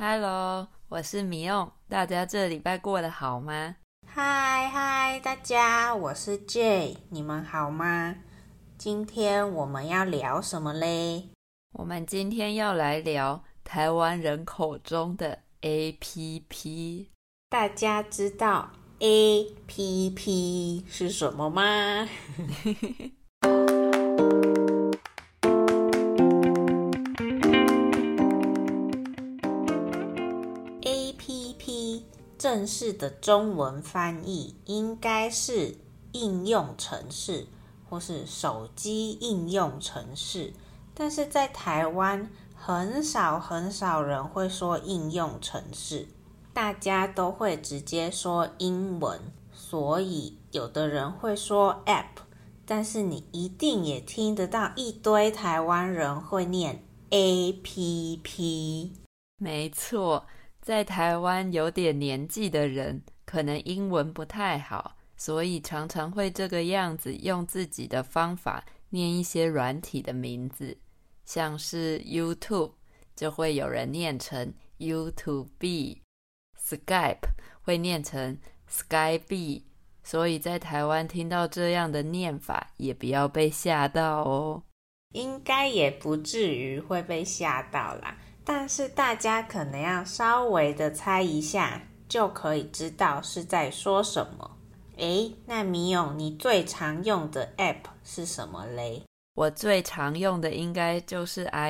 Hello，我是米用，大家这礼拜过得好吗？ 嗨，大家，我是 J， 你们好吗？今天我们要聊什么嘞？ 我们今天要来聊台湾人口中的 APP。 大家知道 APP 是什么吗？APP 正式的中文翻译应该是应用程式或是手机应用程式，但是在台湾很少人会说应用程式，大家都会直接说英文，所以有的人会说 App， 但是你一定也听得到一堆台湾人会念 APP。 没错，在台湾有点年纪的人可能英文不太好，所以常常会这个样子用自己的方法念一些软体的名字，像是 YouTube 就会有人念成 YouTube， Skype 会念成 Skype， 所以在台湾听到这样的念法也不要被吓到哦。 应该也不至于会被吓到啦，但是大家可能要稍微的猜一下，就可以知道是在说什么。那米勇，你最常用的 App 是什么嘞？ 我最常用的应该就是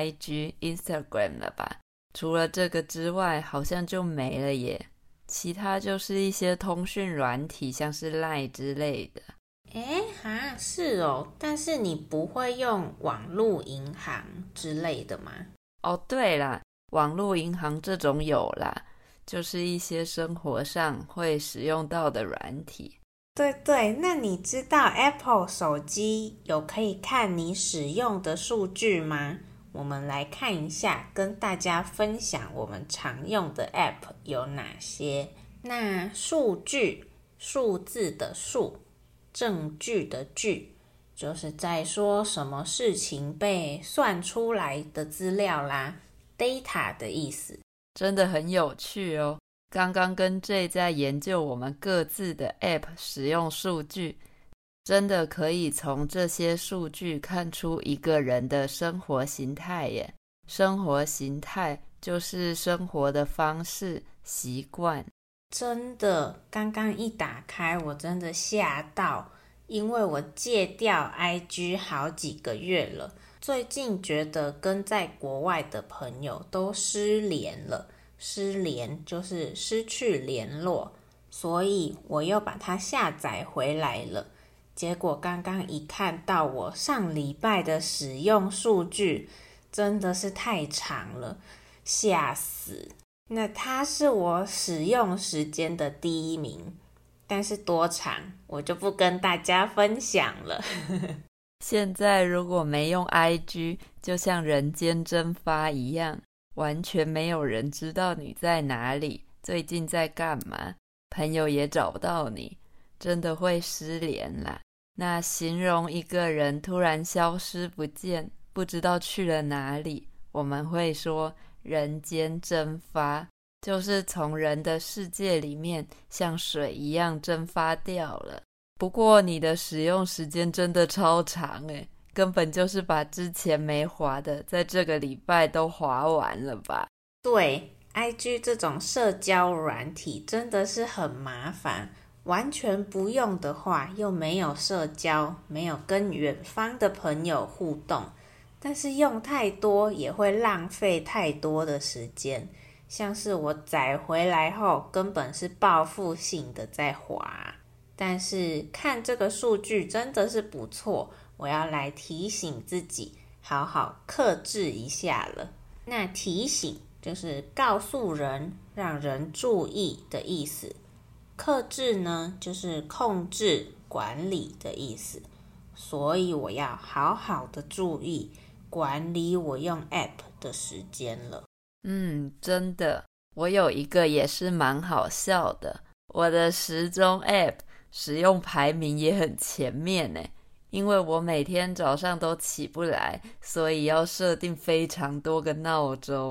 IG、Instagram 了吧？除了这个之外，好像就没了耶。其他就是一些通讯软体，像是 LINE 之类的。 是哦，但是你不会用网络银行之类的吗？ 哦，对啦，网络银行这种有啦，就是一些生活上会使用到的软体。 对，那你知道 Apple 手机有可以看你使用的数据吗？我们来看一下，跟大家分享我们常用的 App 有哪些。那数据，数字的数，证据的据，就是在说什么事情被算出来的资料啦， data 的意思。 真的很有趣哦。刚刚跟 J 在研究我们各自的 App 使用数据，真的可以从这些数据看出一个人的生活形态耶。生活形态就是生活的方式、习惯。 真的，刚刚一打开我真的吓到，因为我戒掉 IG 好几个月了，最近觉得跟在国外的朋友都失联了。失联就是失去联络，所以我又把它下载回来了。结果刚刚一看到我上礼拜的使用数据，真的是太长了，吓死。那它是我使用时间的第一名，但是多长我就不跟大家分享了。 现在如果没用 IG， 就像人间蒸发一样，完全没有人知道你在哪里，最近在干嘛，朋友也找不到你，真的会失联啦。那形容一个人突然消失不见，不知道去了哪里，我们会说人间蒸发，就是从人的世界里面像水一样蒸发掉了。不过你的使用时间真的超长耶，根本就是把之前没滑的在这个礼拜都滑完了吧？ 对， IG 这种社交软体真的是很麻烦，完全不用的话又没有社交，没有跟远方的朋友互动，但是用太多也会浪费太多的时间，像是我载回来后根本是报复性的在滑。但是看这个数据真的是不错，我要来提醒自己好好克制一下了。那提醒就是告诉人，让人注意的意思。克制呢，就是控制、管理的意思。所以我要好好的注意管理我用 App 的时间了。 真的，我有一个也是蛮好笑的，我的时钟 App 使用排名也很前面耶，因为我每天早上都起不来，所以要设定非常多个闹钟。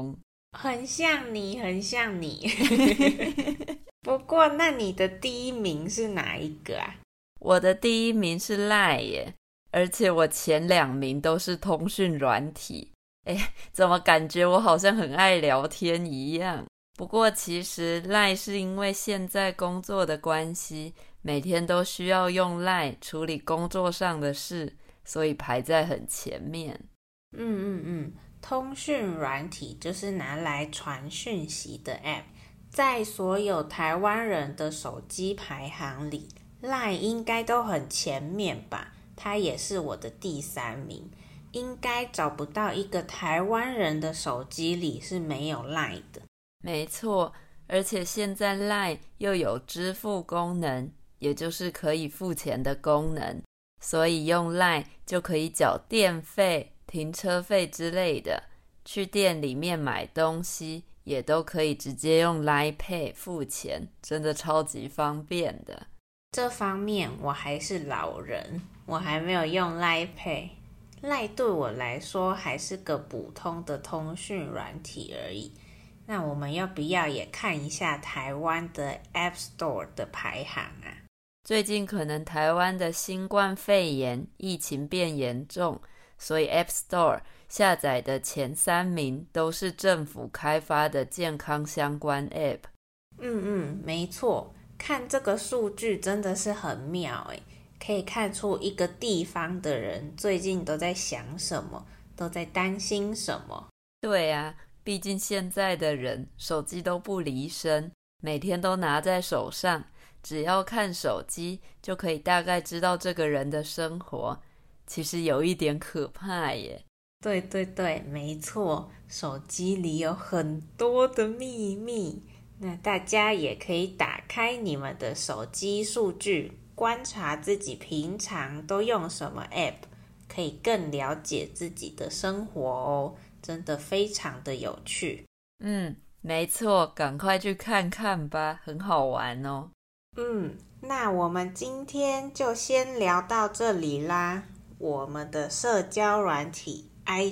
很像你，很像你。不过，那你的第一名是哪一个啊？ 我的第一名是 LINE 耶，而且我前2名都是通讯软体。怎么感觉我好像很爱聊天一样？不过其实 LINE 是因为现在工作的关系，每天都需要用 LINE 处理工作上的事，所以排在很前面。 通讯软体就是拿来传讯息的 App， 在所有台湾人的手机排行里， LINE 应该都很前面吧，它也是我的第3名。应该找不到一个台湾人的手机里是没有 LINE 的。 没错，而且现在 LINE 又有支付功能，也就是可以付钱的功能，所以用 LINE 就可以缴电费、停车费之类的，去店里面买东西也都可以直接用 LINE Pay 付钱，真的超级方便的。 这方面我还是老人，我还没有用 LINE Pay。LINE 对我来说还是个普通的通讯软体而已。那我们要不要也看一下台湾的 App Store 的排行啊？ 最近可能台湾的新冠肺炎疫情变严重，所以 App Store 下载的前3名都是政府开发的健康相关 App。 没错，看这个数据真的是很妙耶，可以看出一个地方的人最近都在想什么，都在担心什么。 对啊，毕竟现在的人手机都不离身，每天都拿在手上，只要看手机就可以大概知道这个人的生活，其实有一点可怕耶。 对，没错，手机里有很多的秘密。那大家也可以打开你们的手机数据，观察自己平常都用什么 App， 可以更了解自己的生活哦，真的非常的有趣。 没错，赶快去看看吧，很好玩哦。 那我们今天就先聊到这里啦。我们的社交软体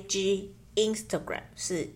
IG、Instagram 是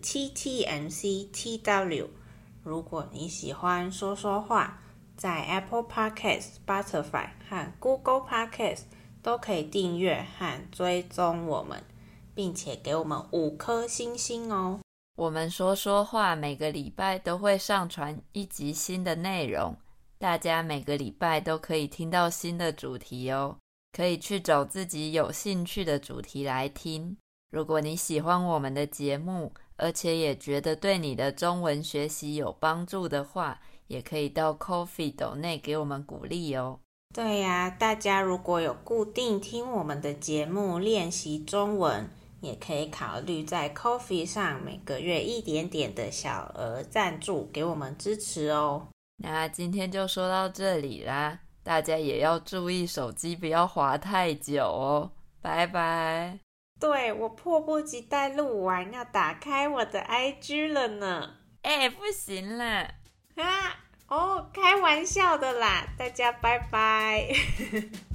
TTMCTW。如果你喜欢说说话，在 Apple Podcast、Spotify 和 Google Podcast 都可以订阅和追踪我们，并且给我们5颗星星哦。 我们说说话每个礼拜都会上传1集新的内容，大家每个礼拜都可以听到新的主题哦，可以去找自己有興趣的主題來聽。如果你喜歡我們的節目，而且也覺得對你的中文學習有幫助的話，也可以到 Ko-fi 斗內給我們鼓勵哦。 對呀，大家如果有固定聽我們的節目練習中文，也可以考慮在 Ko-fi 上每個月1點點的小額贊助給我們支持哦。 那今天就說到這裡啦，大家也要注意手機不要滑太久哦，拜拜。 对，我迫不及待录完要打开我的 IG 了呢。 不行啦。 开玩笑的啦，大家拜拜。